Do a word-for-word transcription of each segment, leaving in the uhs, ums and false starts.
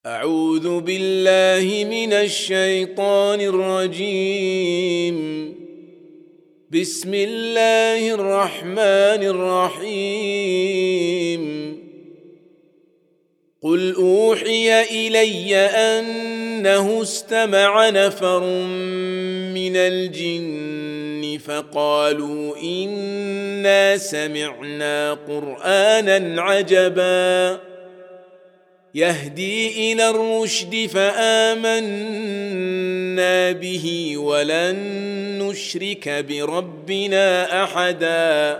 أعوذ بالله من الشيطان الرجيم. بسم الله الرحمن الرحيم. قل أوحي إلي أنه استمع نفر من الجن فقالوا إنا سمعنا قرآنا عجبا يهدي إلى الرشد فآمنا به ولن نشرك بربنا أحدا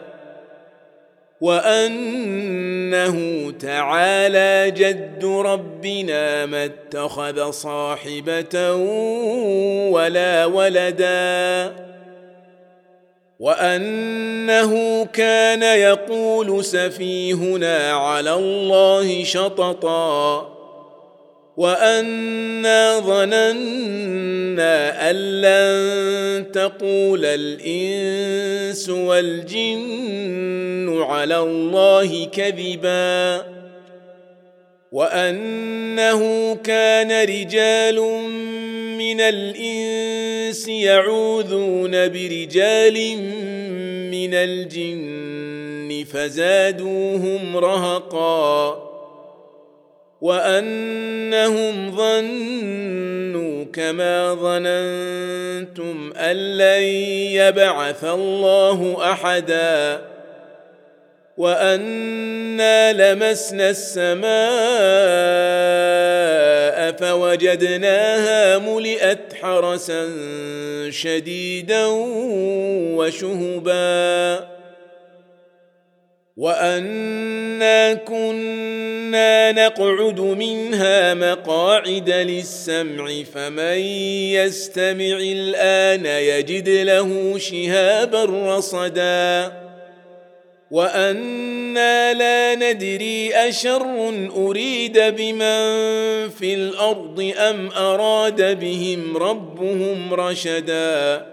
وأنه تعالى جد ربنا ما اتخذ صاحبة ولا ولدا وأنه كان يقول سفيهنا على الله شططا وأنا ظننا أن لن تقول الإنس والجن على الله كذبا وأنه كان رجال من الإنس يعوذون برجال من الجن فزادوهم رهقا وأنهم ظنوا كما ظننتم أن لن يبعث الله أحدا وأنا لمسنا السماء فوجدناها ملئت حرسا شديدا وشهبا وأنا كنا نقعد منها مقاعد للسمع فمن يستمع الآن يجد له شهابا رصدا وأنا لا ندري أشر أريد بمن في الأرض أم أراد بهم ربهم رشدا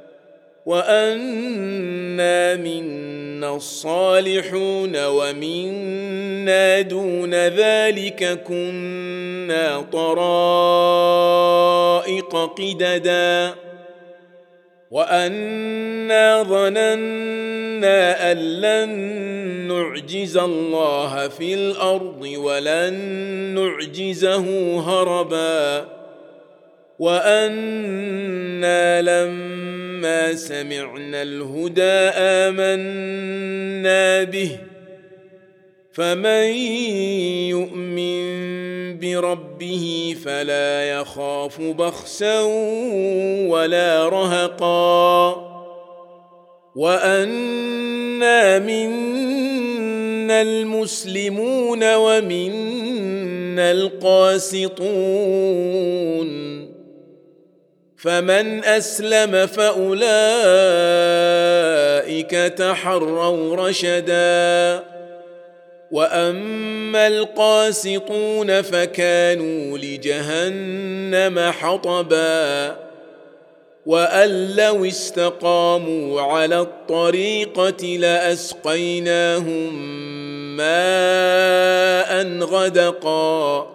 وأنا منا الصالحون ومنا دون ذلك كنا طرائق قددا وأنا ظننا أن لن نعجز الله في الأرض ولن نعجزه هربا وأنا لما سمعنا الهدى آمنا به فمن يؤمن بربه فلا يخاف بخسا ولا رهقا وأنا منا المسلمون ومنا القاسطون فمن أسلم فأولئك تحروا رشدا وأما القاسطون فكانوا لجهنم حطبا وأن لو استقاموا على الطريقة لأسقيناهم ماء غدقا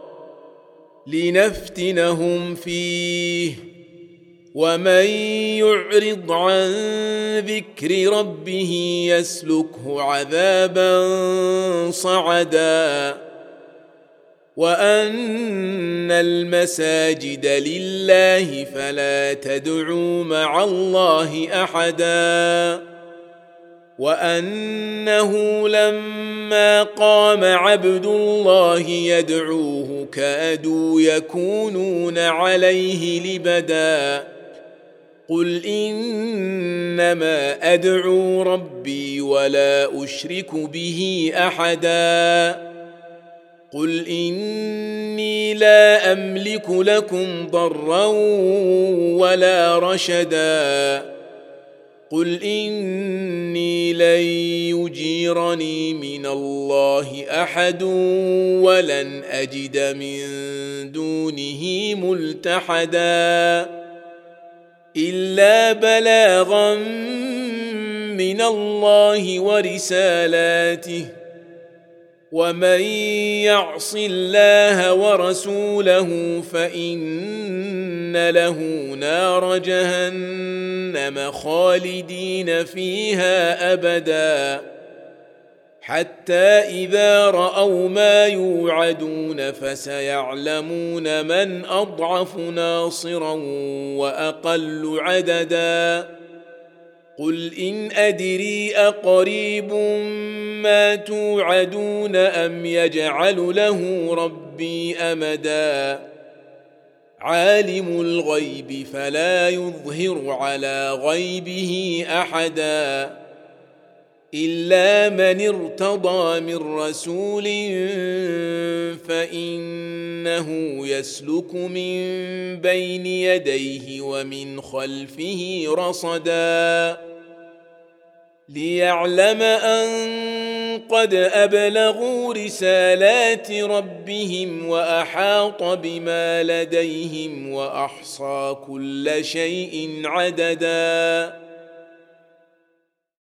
لنفتنهم فيه ومن يعرض عن ذكر ربه يسلكه عذابا صعدا وأن المساجد لله فلا تدعوا مع الله أحدا وأنه لما قام عبد الله يدعوه كادوا يكونون عليه لبدا قل إنما أدعو ربي ولا أشرك به أحدا قل إني لا أملك لكم ضرا ولا رشدا قل إني لن يجيرني من الله أحد ولن أجد من دونه ملتحدا إلا بلاغا من الله ورسالاته ومن يعص الله ورسوله فإن له نار جهنم خالدين فيها أبدا حتى إذا رأوا ما يوعدون فسيعلمون من أضعف ناصرا وأقل عددا قل إن أدري أقريب ما توعدون أم يجعل له ربي أمدا عالم الغيب فلا يظهر على غيبه أحدا إلا من ارتضى من رسول فإنه يسلك من بين يديه ومن خلفه رصدا ليعلم أن قد أبلغوا رسالات ربهم وأحاط بما لديهم وأحصى كل شيء عددا